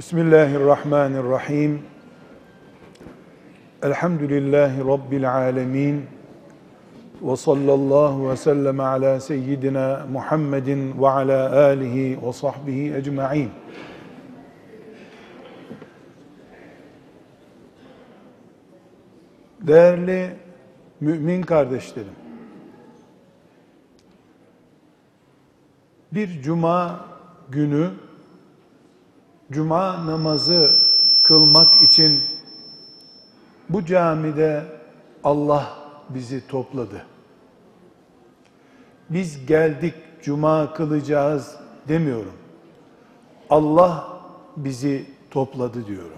Bismillahirrahmanirrahim. Elhamdülillahi Rabbil alemin. Ve sallallahu ve sellem ala seyyidina Muhammedin ve ala alihi ve sahbihi ecma'in. Değerli mümin kardeşlerim, bir cuma günü cuma namazı kılmak için bu camide Allah bizi topladı. Biz geldik cuma kılacağız demiyorum. Allah bizi topladı diyorum.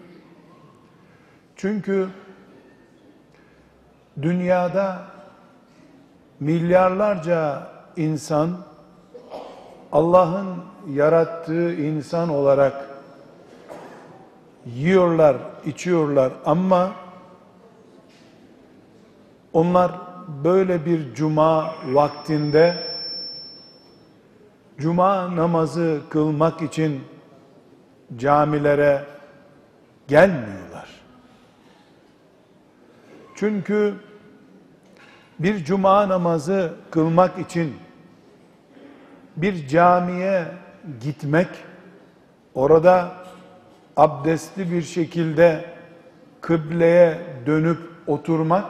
Çünkü dünyada milyarlarca insan Allah'ın yarattığı insan olarak yiyorlar, içiyorlar ama onlar böyle bir cuma vaktinde cuma namazı kılmak için camilere gelmiyorlar. Çünkü bir cuma namazı kılmak için bir camiye gitmek, orada abdestli bir şekilde kıbleye dönüp oturmak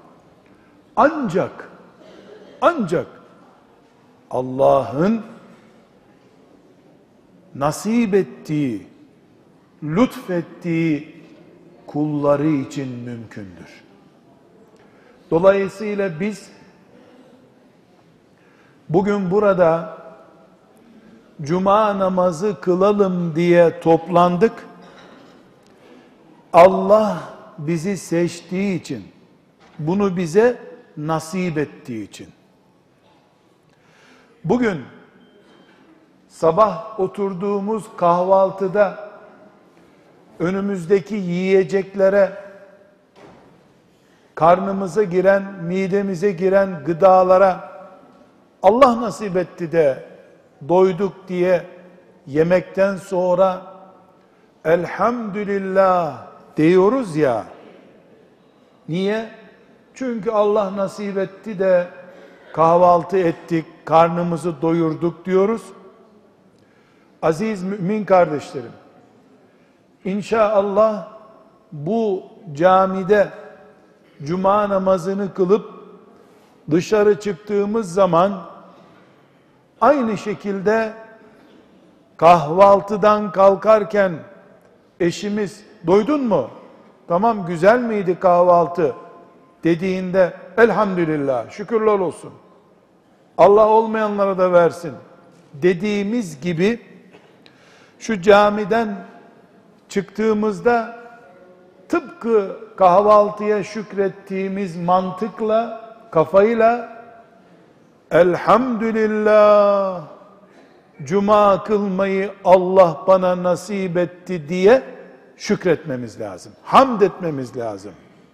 ancak Allah'ın nasip ettiği, lütfettiği kulları için mümkündür. Dolayısıyla biz bugün burada cuma namazı kılalım diye toplandık. Allah bizi seçtiği için, bunu bize nasip ettiği için. Bugün sabah oturduğumuz kahvaltıda önümüzdeki yiyeceklere, karnımıza giren, midemize giren gıdalara Allah nasip etti de doyduk diye yemekten sonra elhamdülillah diyoruz ya. Niye? Çünkü Allah nasip etti de kahvaltı ettik, karnımızı doyurduk diyoruz. Aziz mümin kardeşlerim, İnşallah bu camide cuma namazını kılıp dışarı çıktığımız zaman aynı şekilde kahvaltıdan kalkarken eşimiz doydun mu? Tamam, güzel miydi kahvaltı dediğinde elhamdülillah, şükürler olsun, Allah olmayanlara da versin dediğimiz gibi şu camiden çıktığımızda tıpkı kahvaltıya şükrettiğimiz mantıkla, kafayla elhamdülillah cuma kılmayı Allah bana nasip etti diye şükretmemiz lazım. Hamd etmemiz lazım.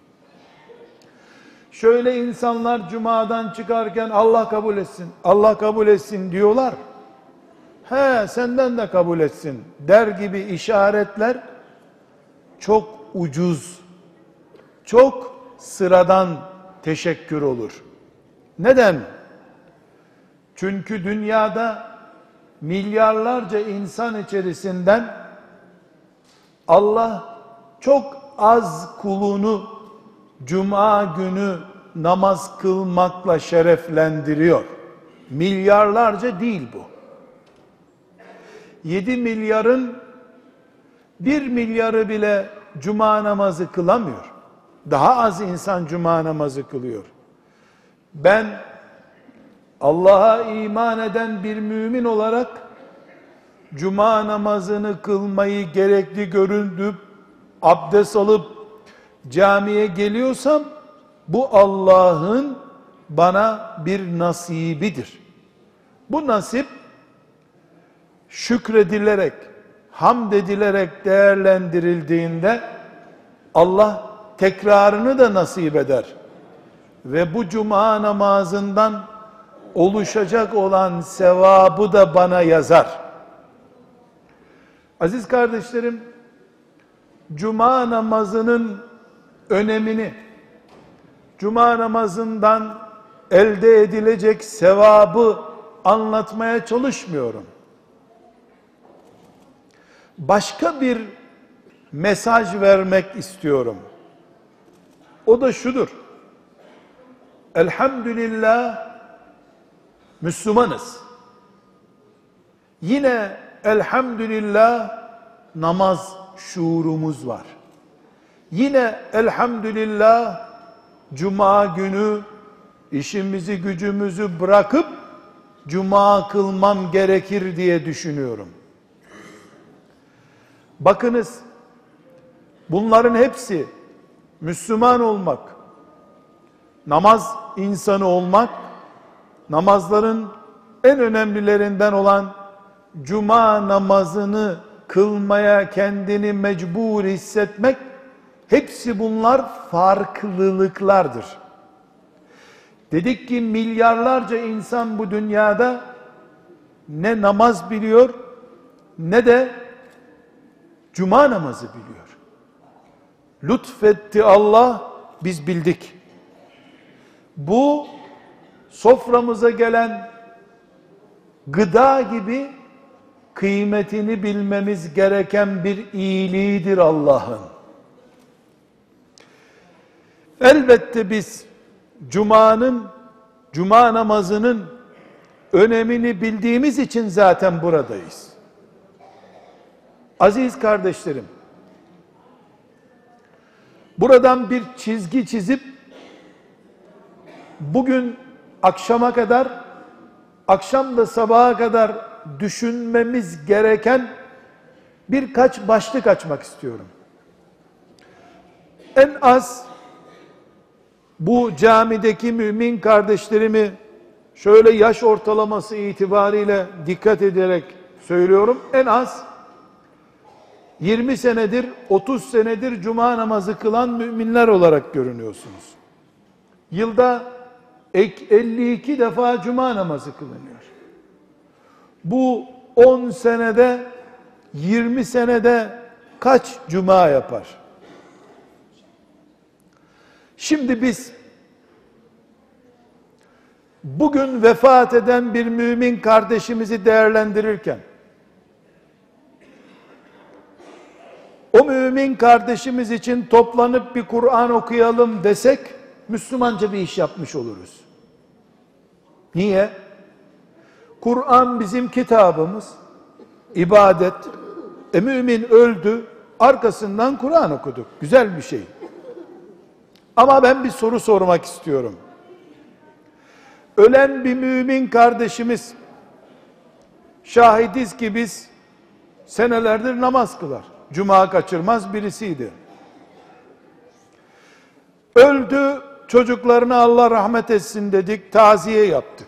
Şöyle insanlar cumadan çıkarken Allah kabul etsin, Allah kabul etsin diyorlar. He, senden de kabul etsin der gibi işaretler çok ucuz, çok sıradan teşekkür olur. Neden? Çünkü dünyada milyarlarca insan içerisinden Allah çok az kulunu cuma günü namaz kılmakla şereflendiriyor. Milyarlarca değil bu. 7 milyarın 1 milyarı bile cuma namazı kılamıyor. Daha az insan cuma namazı kılıyor. Ben Allah'a iman eden bir mümin olarak cuma namazını kılmayı gerekli göründüp abdest alıp camiye geliyorsam bu Allah'ın bana bir nasibidir. Bu nasip şükredilerek, hamd edilerek değerlendirildiğinde Allah tekrarını da nasip eder. Ve bu cuma namazından oluşacak olan sevabı da bana yazar. Aziz kardeşlerim, Cuma namazının önemini, Cuma namazından elde edilecek sevabı anlatmaya çalışmıyorum. Başka bir mesaj vermek istiyorum. O da şudur: elhamdülillah Müslümanız. Yine elhamdülillah namaz şuurumuz var. Yine elhamdülillah Cuma günü işimizi gücümüzü bırakıp Cuma kılmam gerekir diye düşünüyorum. Bakınız, bunların hepsi Müslüman olmak, namaz insanı olmak, namazların en önemlilerinden olan Cuma namazını kılmaya kendini mecbur hissetmek, hepsi bunlar farklılıklardır. Dedik ki milyarlarca insan bu dünyada ne namaz biliyor ne de Cuma namazı biliyor. Lütfetti Allah, biz bildik. Bu soframıza gelen gıda gibi kıymetini bilmemiz gereken bir iyiliğidir Allah'ın. Elbette biz Cuma namazının önemini bildiğimiz için zaten buradayız. Aziz kardeşlerim, buradan bir çizgi çizip bugün akşama kadar, akşam da sabaha kadar düşünmemiz gereken birkaç başlık açmak istiyorum. En az bu camideki mümin kardeşlerimi şöyle yaş ortalaması itibariyle dikkat ederek söylüyorum. En az 20 senedir, 30 senedir Cuma namazı kılan müminler olarak görünüyorsunuz. Yılda 52 defa Cuma namazı kılınıyor. Bu 10 senede, 20 senede kaç Cuma yapar? Şimdi biz bugün vefat eden bir mümin kardeşimizi değerlendirirken, o mümin kardeşimiz için toplanıp bir Kur'an okuyalım desek, Müslümanca bir iş yapmış oluruz. Niye? Kur'an bizim kitabımız, ibadet. Mümin öldü, arkasından Kur'an okuduk. Güzel bir şey. Ama ben bir soru sormak istiyorum. Ölen bir mümin kardeşimiz, şahidiz ki biz senelerdir namaz kılar, Cuma kaçırmaz birisiydi. Öldü, çocuklarına Allah rahmet etsin dedik, taziye yaptık.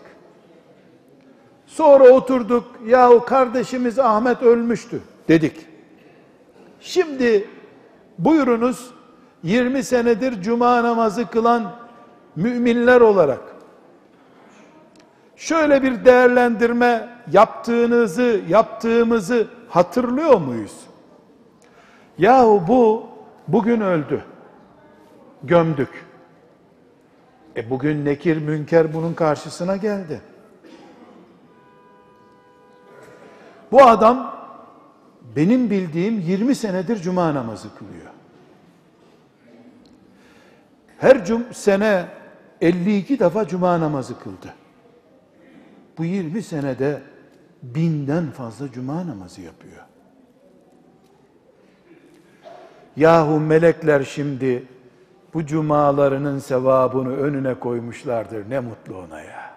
Sonra oturduk, yahu kardeşimiz Ahmet ölmüştü dedik. Şimdi buyurunuz, 20 senedir Cuma namazı kılan müminler olarak şöyle bir değerlendirme yaptığımızı hatırlıyor muyuz? Yahu bugün öldü, gömdük. Bugün Nekir Münker bunun karşısına geldi. Bu adam benim bildiğim 20 senedir Cuma namazı kılıyor. Her sene 52 defa Cuma namazı kıldı. Bu 20 senede 1000'den fazla Cuma namazı yapıyor. Yahu melekler şimdi bu cumalarının sevabını önüne koymuşlardır. Ne mutlu ona ya.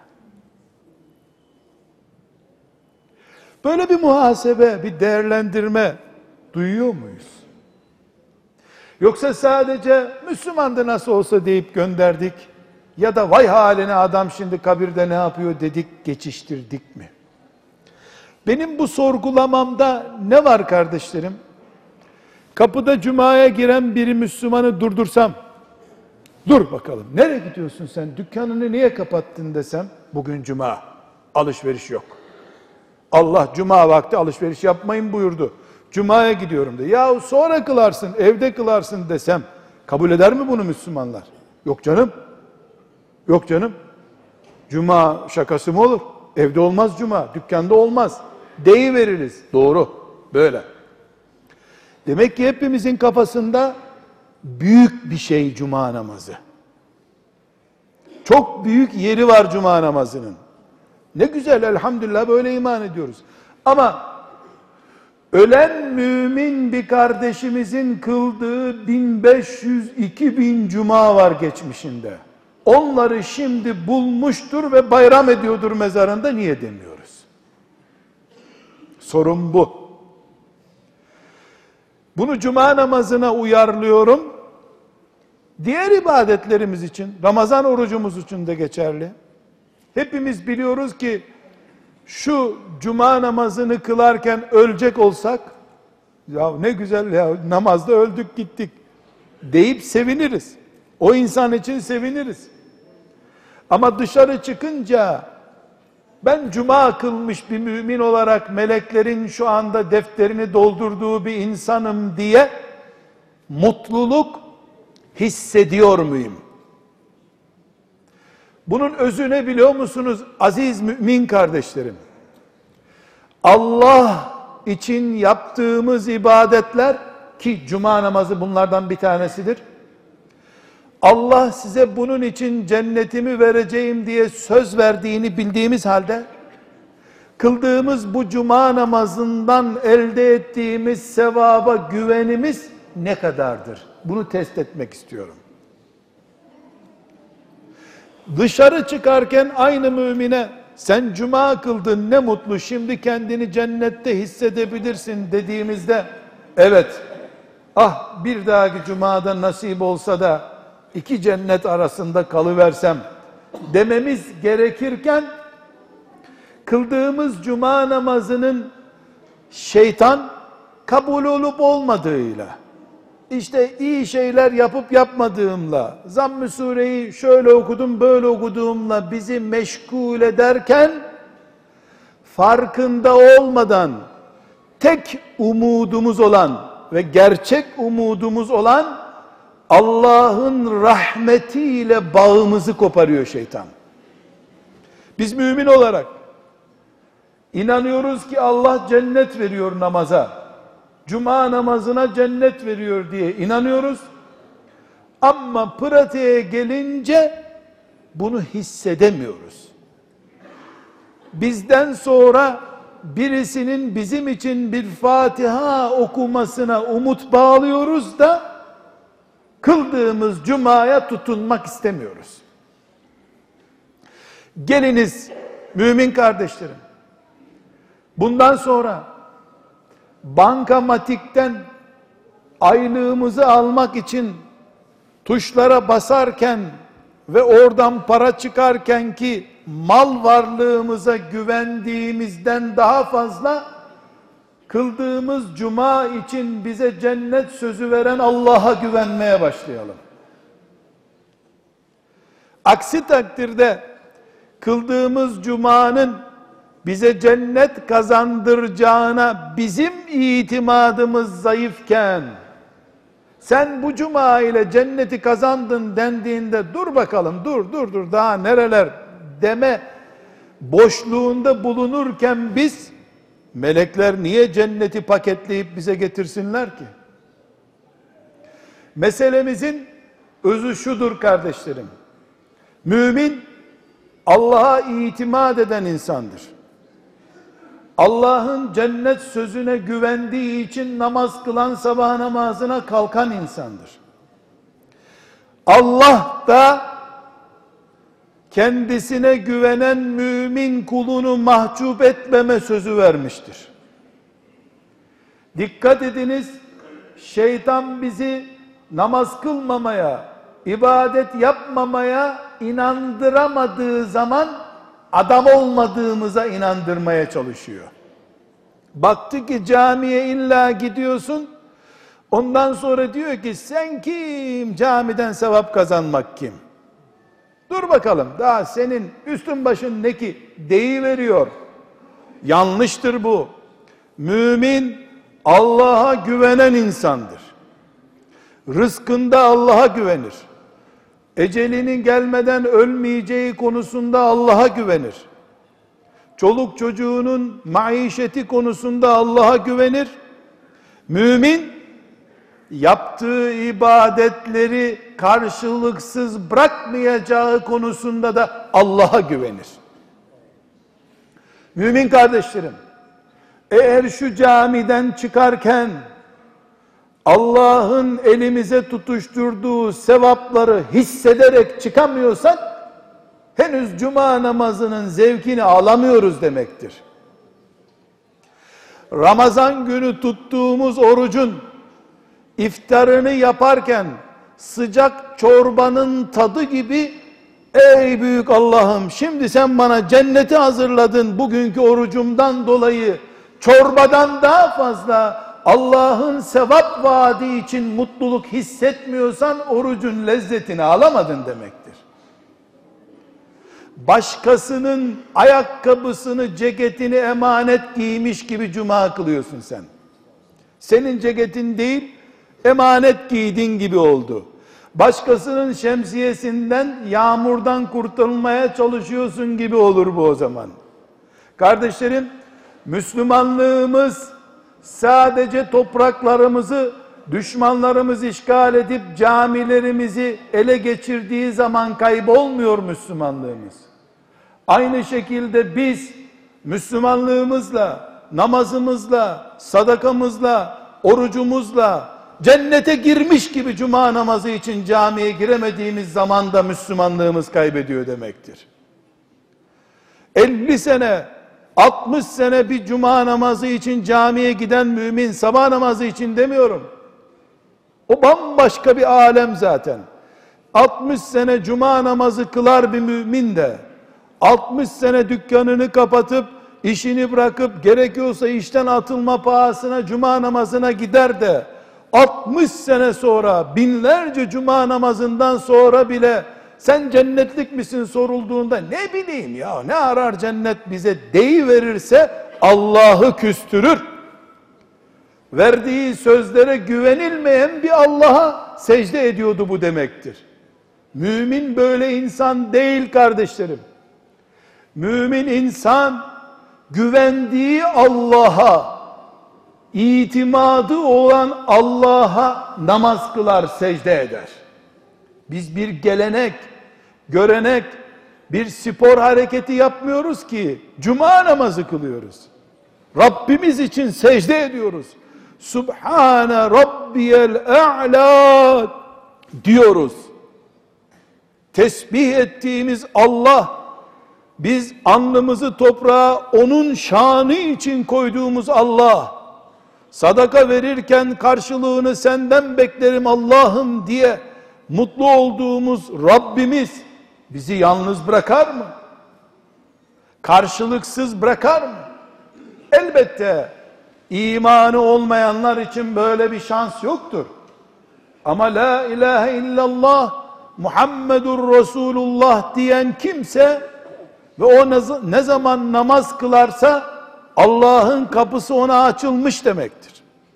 Böyle bir muhasebe, bir değerlendirme duyuyor muyuz? Yoksa sadece Müslümandı nasıl olsa deyip gönderdik ya da vay haline adam şimdi kabirde ne yapıyor dedik, geçiştirdik mi? Benim bu sorgulamamda ne var kardeşlerim? Kapıda Cuma'ya giren biri Müslümanı durdursam, dur bakalım nereye gidiyorsun sen, dükkanını niye kapattın desem, bugün Cuma, alışveriş yok. Allah Cuma vakti alışveriş yapmayın buyurdu. Cuma'ya gidiyorum de. Ya sonra kılarsın, evde kılarsın desem kabul eder mi bunu Müslümanlar? Yok canım. Yok canım. Cuma şakası mı olur? Evde olmaz cuma, dükkanda olmaz. Deyiveririz. Doğru. Böyle. Demek ki hepimizin kafasında büyük bir şey cuma namazı. Çok büyük yeri var cuma namazının. Ne güzel, elhamdülillah böyle iman ediyoruz. Ama ölen mümin bir kardeşimizin kıldığı 1500-2000 cuma var geçmişinde. Onları şimdi bulmuştur ve bayram ediyordur mezarında, niye demiyoruz? Sorun bu. Bunu cuma namazına uyarlıyorum. Diğer ibadetlerimiz için, Ramazan orucumuz için de geçerli. Hepimiz biliyoruz ki şu cuma namazını kılarken ölecek olsak, ya ne güzel ya, namazda öldük gittik deyip seviniriz. O insan için seviniriz. Ama dışarı çıkınca ben cuma kılmış bir mümin olarak meleklerin şu anda defterini doldurduğu bir insanım diye mutluluk hissediyor muyum? Bunun özü ne biliyor musunuz aziz mümin kardeşlerim? Allah için yaptığımız ibadetler, ki cuma namazı bunlardan bir tanesidir. Allah size bunun için cennetimi vereceğim diye söz verdiğini bildiğimiz halde, kıldığımız bu cuma namazından elde ettiğimiz sevaba güvenimiz ne kadardır? Bunu test etmek istiyorum. Dışarı çıkarken aynı mümine sen cuma kıldın ne mutlu, şimdi kendini cennette hissedebilirsin dediğimizde, evet, ah bir dahaki cumada nasip olsa da iki cennet arasında kalıversem dememiz gerekirken, kıldığımız cuma namazının şeytan kabul olup olmadığıyla, işte iyi şeyler yapıp yapmadığımla, Zamm-ı Sure'yi şöyle okudum böyle okuduğumla bizi meşgul ederken, farkında olmadan tek umudumuz olan ve gerçek umudumuz olan Allah'ın rahmetiyle bağımızı koparıyor şeytan. Biz mümin olarak inanıyoruz ki Allah cennet veriyor namaza, cuma namazına cennet veriyor diye inanıyoruz. Ama pratiğe gelince bunu hissedemiyoruz. Bizden sonra birisinin bizim için bir Fatiha okumasına umut bağlıyoruz da kıldığımız cumaya tutunmak istemiyoruz. Geliniz mümin kardeşlerim, bundan sonra bankamatikten aylığımızı almak için tuşlara basarken ve oradan para çıkarken ki mal varlığımıza güvendiğimizden daha fazla, kıldığımız cuma için bize cennet sözü veren Allah'a güvenmeye başlayalım. Aksi takdirde kıldığımız cumanın bize cennet kazandıracağına bizim itimadımız zayıfken, sen bu cuma ile cenneti kazandın dendiğinde dur bakalım, dur daha nereler deme boşluğunda bulunurken biz, melekler niye cenneti paketleyip bize getirsinler ki? Meselemizin özü şudur kardeşlerim. Mümin Allah'a itimat eden insandır. Allah'ın cennet sözüne güvendiği için namaz kılan, sabah namazına kalkan insandır. Allah da kendisine güvenen mümin kulunu mahcup etmeme sözü vermiştir. Dikkat ediniz, şeytan bizi namaz kılmamaya, ibadet yapmamaya inandıramadığı zaman adam olmadığımıza inandırmaya çalışıyor. Baktı ki camiye illa gidiyorsun, ondan sonra diyor ki sen kim, camiden sevap kazanmak kim? Dur bakalım, daha senin üstün başın ne ki deyiveriyor. Yanlıştır bu. Mümin Allah'a güvenen insandır. Rızkında Allah'a güvenir. Ecelinin gelmeden ölmeyeceği konusunda Allah'a güvenir. Çoluk çocuğunun maişeti konusunda Allah'a güvenir. Mümin, yaptığı ibadetleri karşılıksız bırakmayacağı konusunda da Allah'a güvenir. Mümin kardeşlerim, eğer şu camiden çıkarken Allah'ın elimize tutuşturduğu sevapları hissederek çıkamıyorsak, henüz cuma namazının zevkini alamıyoruz demektir. Ramazan günü tuttuğumuz orucun iftarını yaparken sıcak çorbanın tadı gibi, ey büyük Allah'ım şimdi sen bana cenneti hazırladın bugünkü orucumdan dolayı, çorbadan daha fazla Allah'ın sevap vaadi için mutluluk hissetmiyorsan orucun lezzetini alamadın demektir. Başkasının ayakkabısını, ceketini emanet giymiş gibi cuma kılıyorsun sen. Senin ceketin değil, emanet giydin gibi oldu. Başkasının şemsiyesinden, yağmurdan kurtulmaya çalışıyorsun gibi olur bu o zaman. Kardeşlerim, Müslümanlığımız sadece topraklarımızı düşmanlarımız işgal edip camilerimizi ele geçirdiği zaman kaybolmuyor Müslümanlığımız. Aynı şekilde biz Müslümanlığımızla, namazımızla, sadakamızla, orucumuzla cennete girmiş gibi cuma namazı için camiye giremediğimiz zaman da Müslümanlığımız kaybediyor demektir. 50 sene, 60 sene bir cuma namazı için camiye giden mümin, sabah namazı için demiyorum, o bambaşka bir alem zaten. 60 sene cuma namazı kılar bir mümin de 60 sene dükkanını kapatıp işini bırakıp gerekiyorsa işten atılma pahasına cuma namazına gider de 60 sene sonra, binlerce cuma namazından sonra bile sen cennetlik misin sorulduğunda ne bileyim ya ne arar cennet bize deyiverirse Allah'ı küstürür. Verdiği sözlere güvenilmeyen bir Allah'a secde ediyordu bu demektir. Mümin böyle insan değil kardeşlerim. Mümin insan güvendiği Allah'a, itimadı olan Allah'a namaz kılar, secde eder. Biz bir gelenek, görenek, bir spor hareketi yapmıyoruz ki cuma namazı kılıyoruz. Rabbimiz için secde ediyoruz. Subhane Rabbiyel A'la diyoruz. Tesbih ettiğimiz Allah, biz alnımızı toprağa onun şanı için koyduğumuz Allah, sadaka verirken karşılığını senden beklerim Allah'ım diye mutlu olduğumuz Rabbimiz bizi yalnız bırakar mı? Karşılıksız bırakar mı? Elbette imanı olmayanlar için böyle bir şans yoktur. Ama la ilahe illallah Muhammedur Resulullah diyen kimse ve o ne zaman namaz kılarsa Allah'ın kapısı ona açılmış demektir.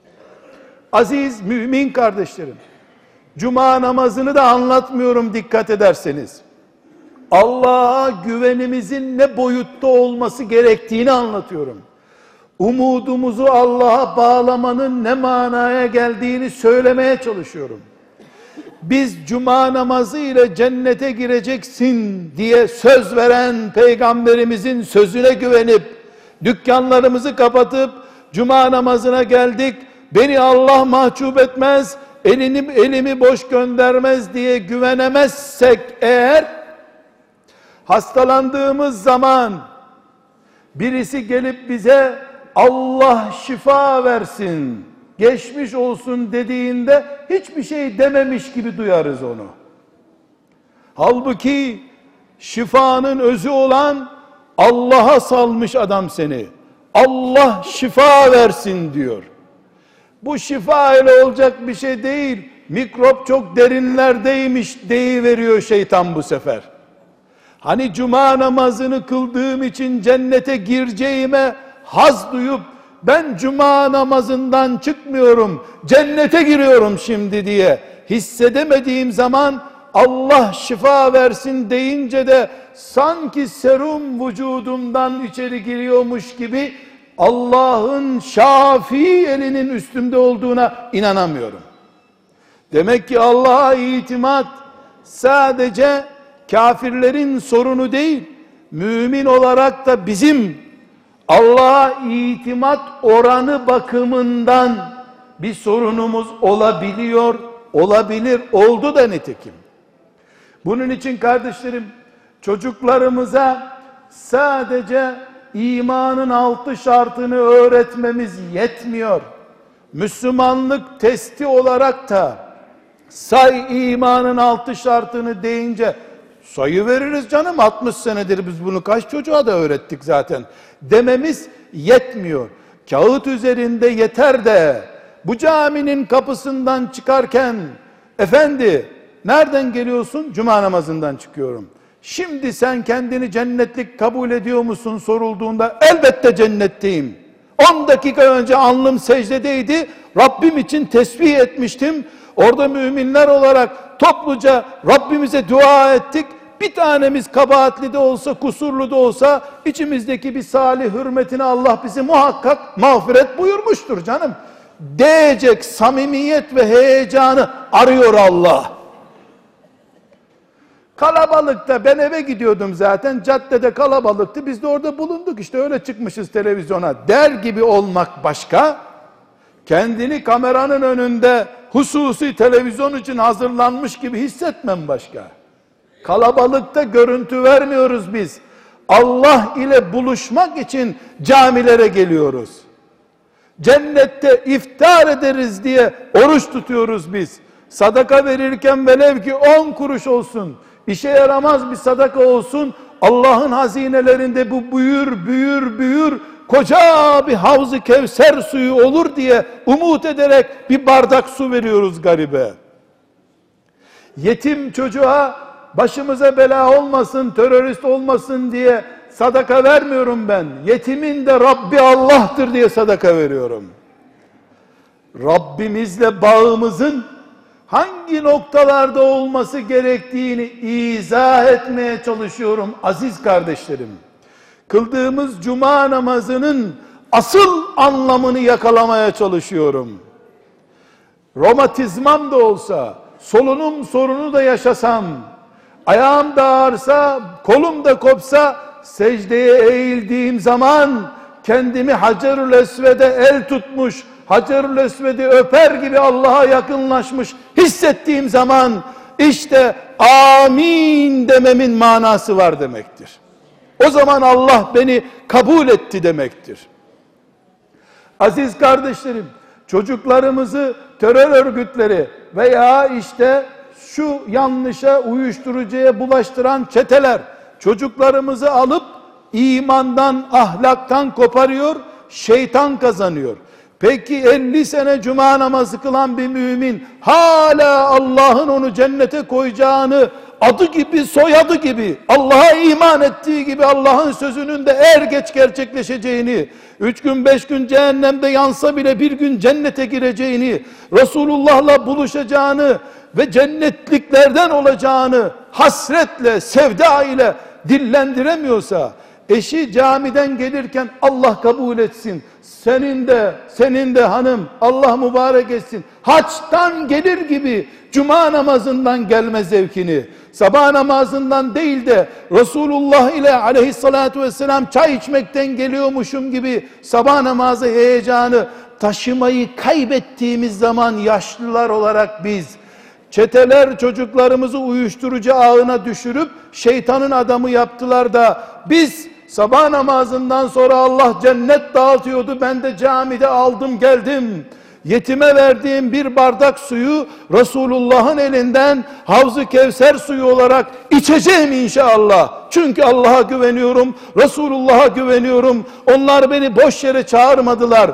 Aziz mümin kardeşlerim, cuma namazını da anlatmıyorum dikkat ederseniz. Allah'a güvenimizin ne boyutta olması gerektiğini anlatıyorum. Umudumuzu Allah'a bağlamanın ne manaya geldiğini söylemeye çalışıyorum. Biz cuma namazı ile cennete gireceksin diye söz veren peygamberimizin sözüne güvenip dükkanlarımızı kapatıp cuma namazına geldik, beni Allah mahcup etmez, elimi boş göndermez diye güvenemezsek eğer, hastalandığımız zaman birisi gelip bize Allah şifa versin, geçmiş olsun dediğinde hiçbir şey dememiş gibi duyarız onu. Halbuki şifanın özü olan Allah'a salmış adam seni. Allah şifa versin diyor. Bu şifa ile olacak bir şey değil. Mikrop çok derinlerdeymiş deyiveriyor şeytan bu sefer. Hani cuma namazını kıldığım için cennete gireceğime haz duyup ben cuma namazından çıkmıyorum, cennete giriyorum şimdi diye hissedemediğim zaman Allah şifa versin deyince de sanki serum vücudumdan içeri giriyormuş gibi Allah'ın şafi elinin üstümde olduğuna inanamıyorum. Demek ki Allah'a itimat sadece kafirlerin sorunu değil, mümin olarak da bizim Allah'a itimat oranı bakımından bir sorunumuz olabiliyor, olabilir, oldu da nitekim. Bunun için kardeşlerim, çocuklarımıza sadece imanın 6 şartını öğretmemiz yetmiyor. Müslümanlık testi olarak da say imanın 6 şartını deyince sayı veririz canım, 60 senedir biz bunu kaç çocuğa da öğrettik zaten dememiz yetmiyor. Kağıt üzerinde yeter de bu caminin kapısından çıkarken efendi nereden geliyorsun? Cuma namazından çıkıyorum. Şimdi sen kendini cennetlik kabul ediyor musun sorulduğunda elbette cennetteyim. 10 dakika önce alnım secdedeydi. Rabbim için tesbih etmiştim. Orada müminler olarak topluca Rabbimize dua ettik. Bir tanemiz kabahatli de olsa, kusurlu da olsa içimizdeki bir salih hürmetine Allah bizi muhakkak mağfiret buyurmuştur canım. Diyecek samimiyet ve heyecanı arıyor Allah. Kalabalıkta ben eve gidiyordum zaten, caddede kalabalıktı, biz de orada bulunduk, işte öyle çıkmışız televizyona der gibi olmak başka, kendini kameranın önünde hususi televizyon için hazırlanmış gibi hissetmem başka. Kalabalıkta görüntü vermiyoruz biz. Allah ile buluşmak için camilere geliyoruz. Cennette iftar ederiz diye oruç tutuyoruz biz. Sadaka verirken velev ki 10 kuruş olsun, işe yaramaz bir sadaka olsun, Allah'ın hazinelerinde bu büyür koca bir havz-ı kevser suyu olur diye umut ederek bir bardak su veriyoruz garibe. Yetim çocuğa başımıza bela olmasın, terörist olmasın diye sadaka vermiyorum ben. Yetimin de Rabbi Allah'tır diye sadaka veriyorum. Rabbimizle bağımızın hangi noktalarda olması gerektiğini izah etmeye çalışıyorum aziz kardeşlerim. Kıldığımız cuma namazının asıl anlamını yakalamaya çalışıyorum. Romatizmam da olsa, solunum sorunu da yaşasam, ayağım da ağrısa, kolum da kopsa, secdeye eğildiğim zaman kendimi Hacerül Esved'e el tutmuş, Hacerül Esved'i öper gibi Allah'a yakınlaşmış hissettiğim zaman işte amin dememin manası var demektir. O zaman Allah beni kabul etti demektir. Aziz kardeşlerim, çocuklarımızı terör örgütleri veya işte şu yanlışa, uyuşturucuya bulaştıran çeteler çocuklarımızı alıp imandan, ahlaktan koparıyor, şeytan kazanıyor. Peki 50 sene cuma namazı kılan bir mümin hala Allah'ın onu cennete koyacağını, adı gibi soyadı gibi, Allah'a iman ettiği gibi Allah'ın sözünün de er geç gerçekleşeceğini, 3 gün 5 gün cehennemde yansa bile bir gün cennete gireceğini, Resulullah'la buluşacağını ve cennetliklerden olacağını hasretle, sevda ile dillendiremiyorsa, eşi camiden gelirken Allah kabul etsin, senin de hanım Allah mübarek etsin, haçtan gelir gibi cuma namazından gelme zevkini, sabah namazından değil de Resulullah ile aleyhissalatu vesselam çay içmekten geliyormuşum gibi sabah namazı heyecanı taşımayı kaybettiğimiz zaman yaşlılar olarak biz, çeteler çocuklarımızı uyuşturucu ağına düşürüp şeytanın adamı yaptılar da biz sabah namazından sonra Allah cennet dağıtıyordu, ben de camide aldım geldim. Yetime verdiğim bir bardak suyu Resulullah'ın elinden Havz-ı Kevser suyu olarak içeceğim inşallah. Çünkü Allah'a güveniyorum, Resulullah'a güveniyorum. Onlar beni boş yere çağırmadılar.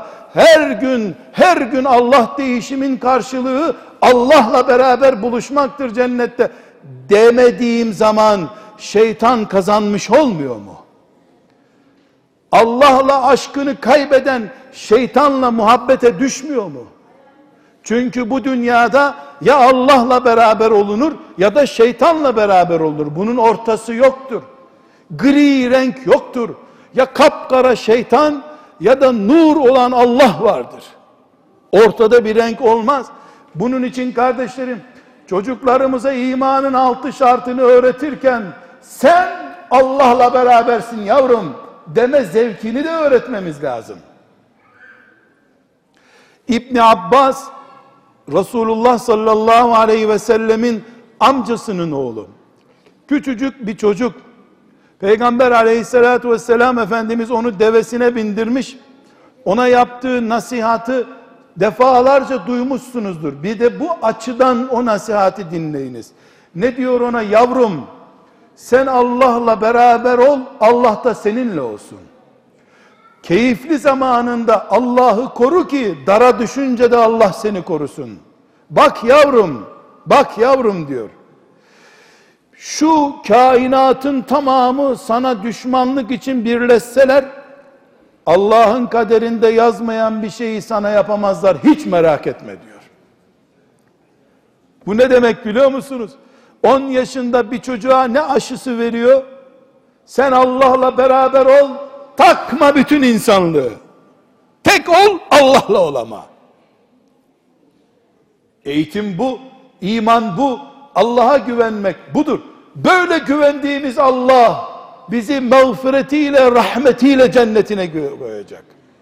Her gün Allah değişimin karşılığı Allah'la beraber buluşmaktır cennette demediğim zaman şeytan kazanmış olmuyor mu? Allah'la aşkını kaybeden şeytanla muhabbete düşmüyor mu? Çünkü bu dünyada ya Allah'la beraber olunur ya da şeytanla beraber olur. Bunun ortası yoktur. Gri renk yoktur. Ya kapkara şeytan ya da nur olan Allah vardır. Ortada bir renk olmaz. Bunun için kardeşlerim, çocuklarımıza imanın 6 şartını öğretirken sen Allah'la berabersin yavrum deme zevkini de öğretmemiz lazım. İbn Abbas Resulullah sallallahu aleyhi ve sellemin amcasının oğlu. Küçücük bir çocuk. Peygamber aleyhissalatu vesselam Efendimiz onu devesine bindirmiş. Ona yaptığı nasihatı defalarca duymuşsunuzdur. Bir de bu açıdan o nasihati dinleyiniz. Ne diyor ona? Yavrum, sen Allah'la beraber ol, Allah da seninle olsun. Keyifli zamanında Allah'ı koru ki dara düşünce de Allah seni korusun. Bak yavrum, bak yavrum diyor. Şu kainatın tamamı sana düşmanlık için birleşseler, Allah'ın kaderinde yazmayan bir şeyi sana yapamazlar, hiç merak etme diyor. Bu ne demek biliyor musunuz? 10 yaşında bir çocuğa ne aşısı veriyor? Sen Allah'la beraber ol, takma bütün insanlığı. Tek ol, Allah'la ol ama. Eğitim bu, iman bu, Allah'a güvenmek budur. Böyle güvendiğimiz Allah bizi mağfiretiyle, rahmetiyle cennetine koyacak.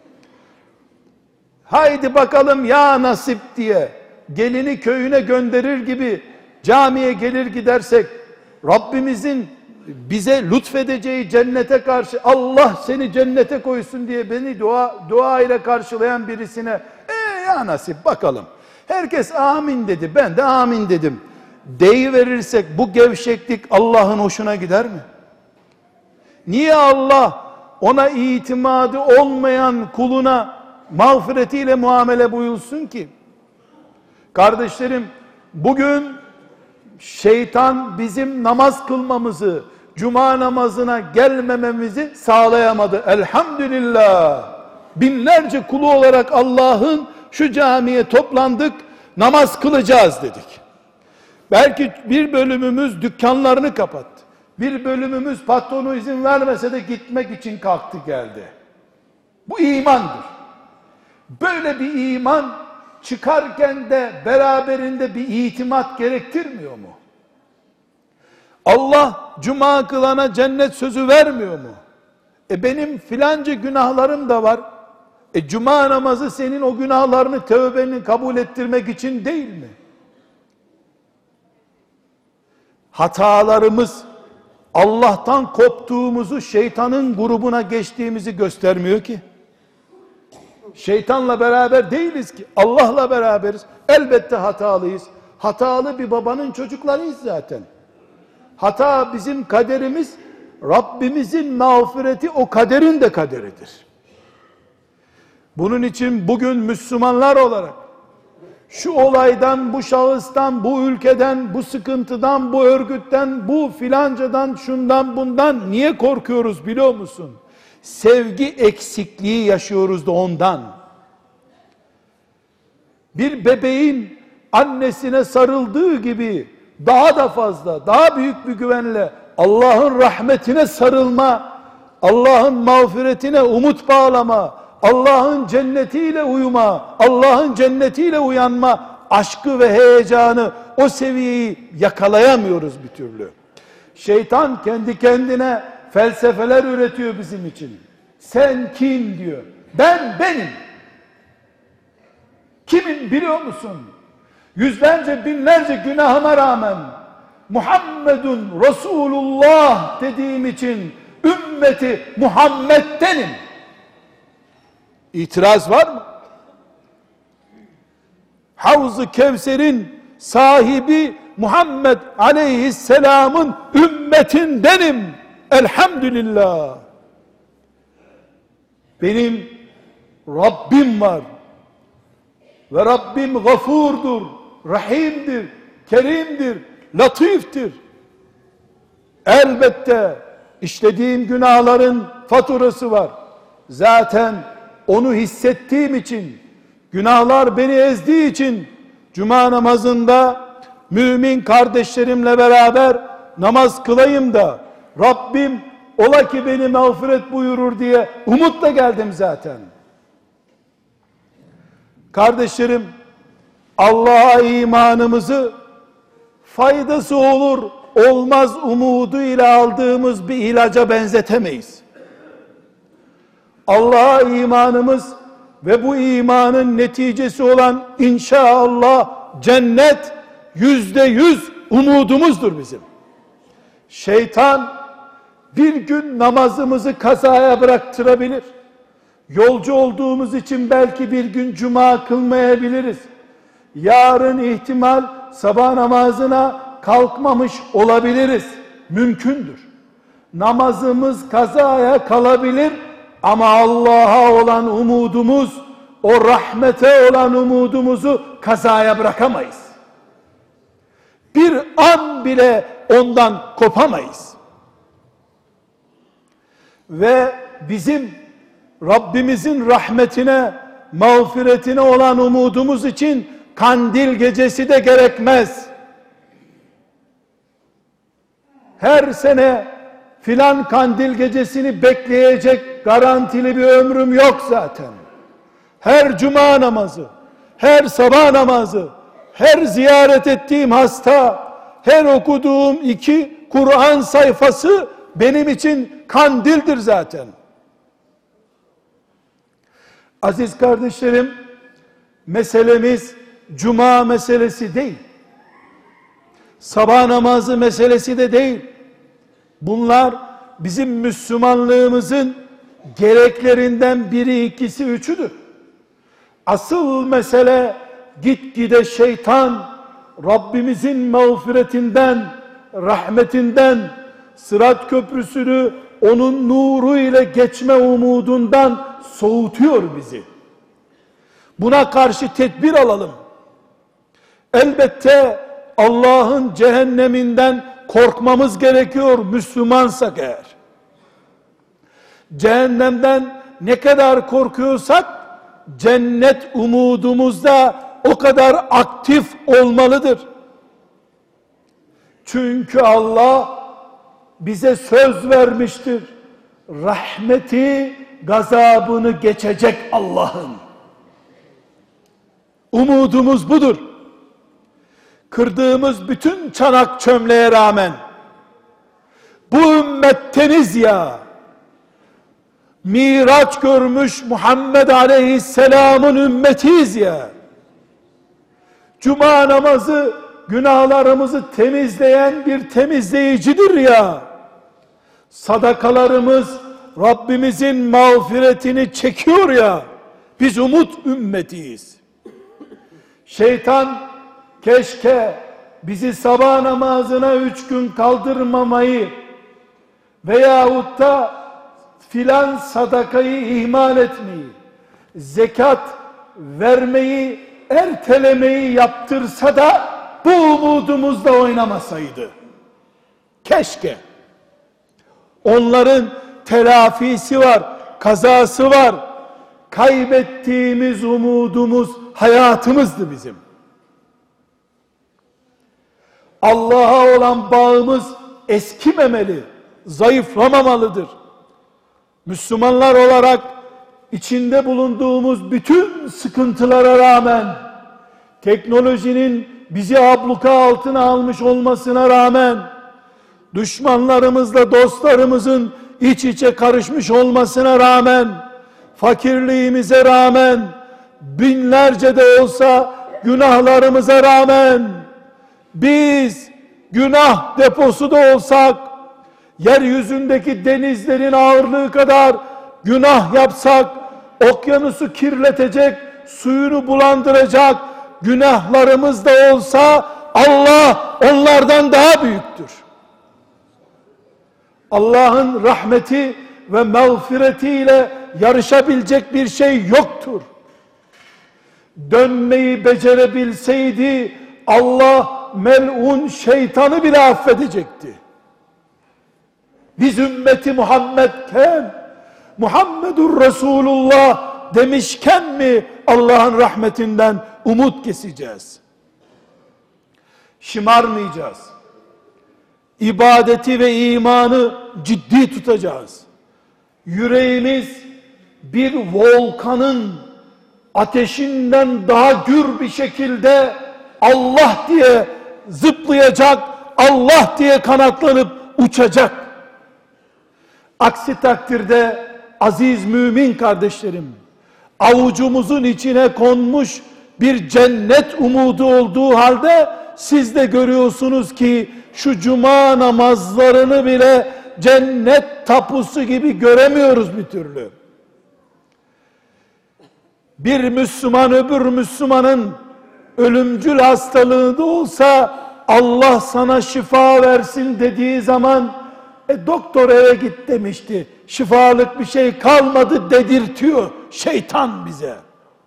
Haydi bakalım ya nasip diye gelini köyüne gönderir gibi camiye gelir gidersek Rabbimizin bize lütfedeceği cennete karşı Allah seni cennete koysun diye beni dua ile karşılayan birisine ya nasip bakalım. Herkes amin dedi, ben de amin dedim. Deyiverirsek bu gevşeklik Allah'ın hoşuna gider mi? Niye Allah ona itimadı olmayan kuluna mağfiretiyle muamele buyursun ki? Kardeşlerim, bugün şeytan bizim namaz kılmamızı, cuma namazına gelmememizi sağlayamadı. Elhamdülillah. Binlerce kulu olarak Allah'ın şu camiye toplandık, namaz kılacağız dedik. Belki bir bölümümüz dükkanlarını kapattı. Bir bölümümüz patronu izin vermese de gitmek için kalktı geldi. Bu imandır. Böyle bir iman çıkarken de beraberinde bir itimat gerektirmiyor mu? Allah cuma kılana cennet sözü vermiyor mu? Benim filanca günahlarım da var. Cuma namazı senin o günahlarını, tövbeni kabul ettirmek için değil mi? Hatalarımız Allah'tan koptuğumuzu, şeytanın grubuna geçtiğimizi göstermiyor ki. Şeytanla beraber değiliz ki. Allah'la beraberiz. Elbette hatalıyız. Hatalı bir babanın çocuklarıyız zaten. Hata bizim kaderimiz. Rabbimizin mağfireti o kaderin de kaderidir. Bunun için bugün Müslümanlar olarak şu olaydan, bu şahıstan, bu ülkeden, bu sıkıntıdan, bu örgütten, bu filancadan, şundan bundan niye korkuyoruz biliyor musun? Sevgi eksikliği yaşıyoruz da ondan. Bir bebeğin annesine sarıldığı gibi daha da fazla, daha büyük bir güvenle Allah'ın rahmetine sarılma, Allah'ın mağfiretine umut bağlama, Allah'ın cennetiyle uyuma, Allah'ın cennetiyle uyanma aşkı ve heyecanı, o seviyeyi yakalayamıyoruz bir türlü. Şeytan kendi kendine felsefeler üretiyor bizim için. Sen kim diyor. Benim. Kimim biliyor musun? Yüzlerce binlerce günahıma rağmen Muhammedun Resulullah dediğim için ümmeti Muhammed'denim. İtiraz var mı? Havz-ı Kevser'in sahibi Muhammed aleyhisselamın ümmetindenim. Elhamdülillah. Benim Rabbim var. Ve Rabbim gafurdur, rahimdir, kerimdir, latiftir. Elbette işlediğim günahların faturası var. Zaten onu hissettiğim için, günahlar beni ezdiği için cuma namazında mümin kardeşlerimle beraber namaz kılayım da Rabbim ola ki beni mağfiret buyurur diye umutla geldim zaten. Kardeşlerim, Allah'a imanımızı faydası olur olmaz umudu ile aldığımız bir ilaca benzetemeyiz. Allah'a imanımız ve bu imanın neticesi olan inşallah cennet %100 umudumuzdur bizim. Şeytan bir gün namazımızı kazaya bıraktırabilir. Yolcu olduğumuz için belki bir gün cuma kılmayabiliriz. Yarın ihtimal sabah namazına kalkmamış olabiliriz. Mümkündür. Namazımız kazaya kalabilir ama Allah'a olan umudumuz, o rahmete olan umudumuzu kazaya bırakamayız. Bir an bile ondan kopamayız. Ve bizim Rabbimizin rahmetine, mağfiretine olan umudumuz için kandil gecesi de gerekmez. Her sene filan kandil gecesini bekleyecek garantili bir ömrüm yok zaten. Her cuma namazı, her sabah namazı, her ziyaret ettiğim hasta, her okuduğum 2 Kur'an sayfası benim için kandildir zaten. Aziz kardeşlerim, meselemiz cuma meselesi değil. Sabah namazı meselesi de değil. Bunlar bizim Müslümanlığımızın gereklerinden biri, ikisi, üçüdür. Asıl mesele gitgide şeytan Rabbimizin mağfiretinden, rahmetinden, Sırat Köprüsü'nü onun nuru ile geçme umudundan soğutuyor bizi. Buna karşı tedbir alalım. Elbette Allah'ın cehenneminden korkmamız gerekiyor Müslümansak eğer. Cehennemden ne kadar korkuyorsak cennet umudumuz da o kadar aktif olmalıdır. Çünkü Allah bize söz vermiştir. Rahmeti, gazabını geçecek Allah'ın. Umudumuz budur. Kırdığımız bütün çanak çömleğe rağmen bu ümmetteniz ya, Miraç görmüş Muhammed Aleyhisselam'ın ümmetiyiz ya, cuma namazı günahlarımızı temizleyen bir temizleyicidir ya, sadakalarımız Rabbimizin mağfiretini çekiyor ya, biz umut ümmetiyiz. Şeytan keşke bizi sabah namazına 3 gün kaldırmamayı veyahut da filan sadakayı ihmal etmeyi, zekat vermeyi ertelemeyi yaptırsa da bu umudumuzla oynamasaydı. Keşke. Onların telafisi var, kazası var. Kaybettiğimiz umudumuz hayatımızdı bizim. Allah'a olan bağımız eskimemeli, zayıflamamalıdır. Müslümanlar olarak içinde bulunduğumuz bütün sıkıntılara rağmen, teknolojinin bizi abluka altına almış olmasına rağmen, düşmanlarımızla dostlarımızın iç içe karışmış olmasına rağmen, fakirliğimize rağmen, binlerce de olsa günahlarımıza rağmen, biz günah deposu da olsak, yeryüzündeki denizlerin ağırlığı kadar günah yapsak, okyanusu kirletecek, suyunu bulandıracak günahlarımız da olsa, Allah onlardan daha büyüktür. Allah'ın rahmeti ve mağfiretiyle yarışabilecek bir şey yoktur. Dönmeyi becerebilseydi, Allah mel'un şeytanı bile affedecekti. Biz ümmeti Muhammedken Muhammedur Resulullah demişken mi Allah'ın rahmetinden umut keseceğiz? Şımarmayacağız. İbadeti ve imanı ciddi tutacağız. Yüreğimiz bir volkanın ateşinden daha gür bir şekilde Allah diye zıplayacak, Allah diye kanatlanıp uçacak. Aksi takdirde aziz mümin kardeşlerim, avucumuzun içine konmuş bir cennet umudu olduğu halde siz de görüyorsunuz ki şu cuma namazlarını bile cennet tapusu gibi göremiyoruz bir türlü. Bir Müslüman öbür Müslümanın ölümcül hastalığı da olsa Allah sana şifa versin dediği zaman doktor eve git demişti, şifalık bir şey kalmadı dedirtiyor şeytan bize.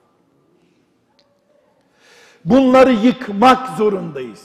Bunları yıkmak zorundayız.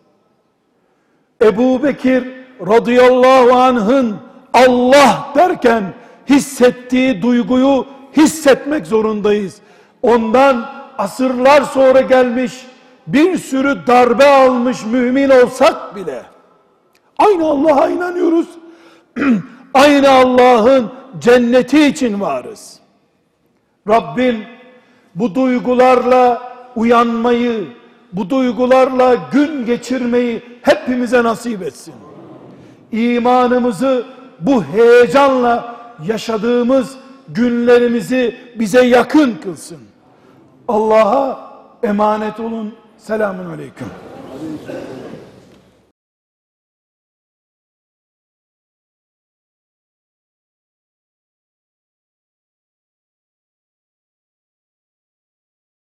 Ebu Bekir radıyallahu anh'ın Allah derken hissettiği duyguyu hissetmek zorundayız. Ondan asırlar sonra gelmiş bir sürü darbe almış mümin olsak bile aynı Allah'a inanıyoruz. Aynı Allah'ın cenneti için varız. Rabbim bu duygularla uyanmayı, bu duygularla gün geçirmeyi hepimize nasip etsin. İmanımızı bu heyecanla yaşadığımız günlerimizi bize yakın kılsın. Allah'a emanet olun. Selamun aleyküm.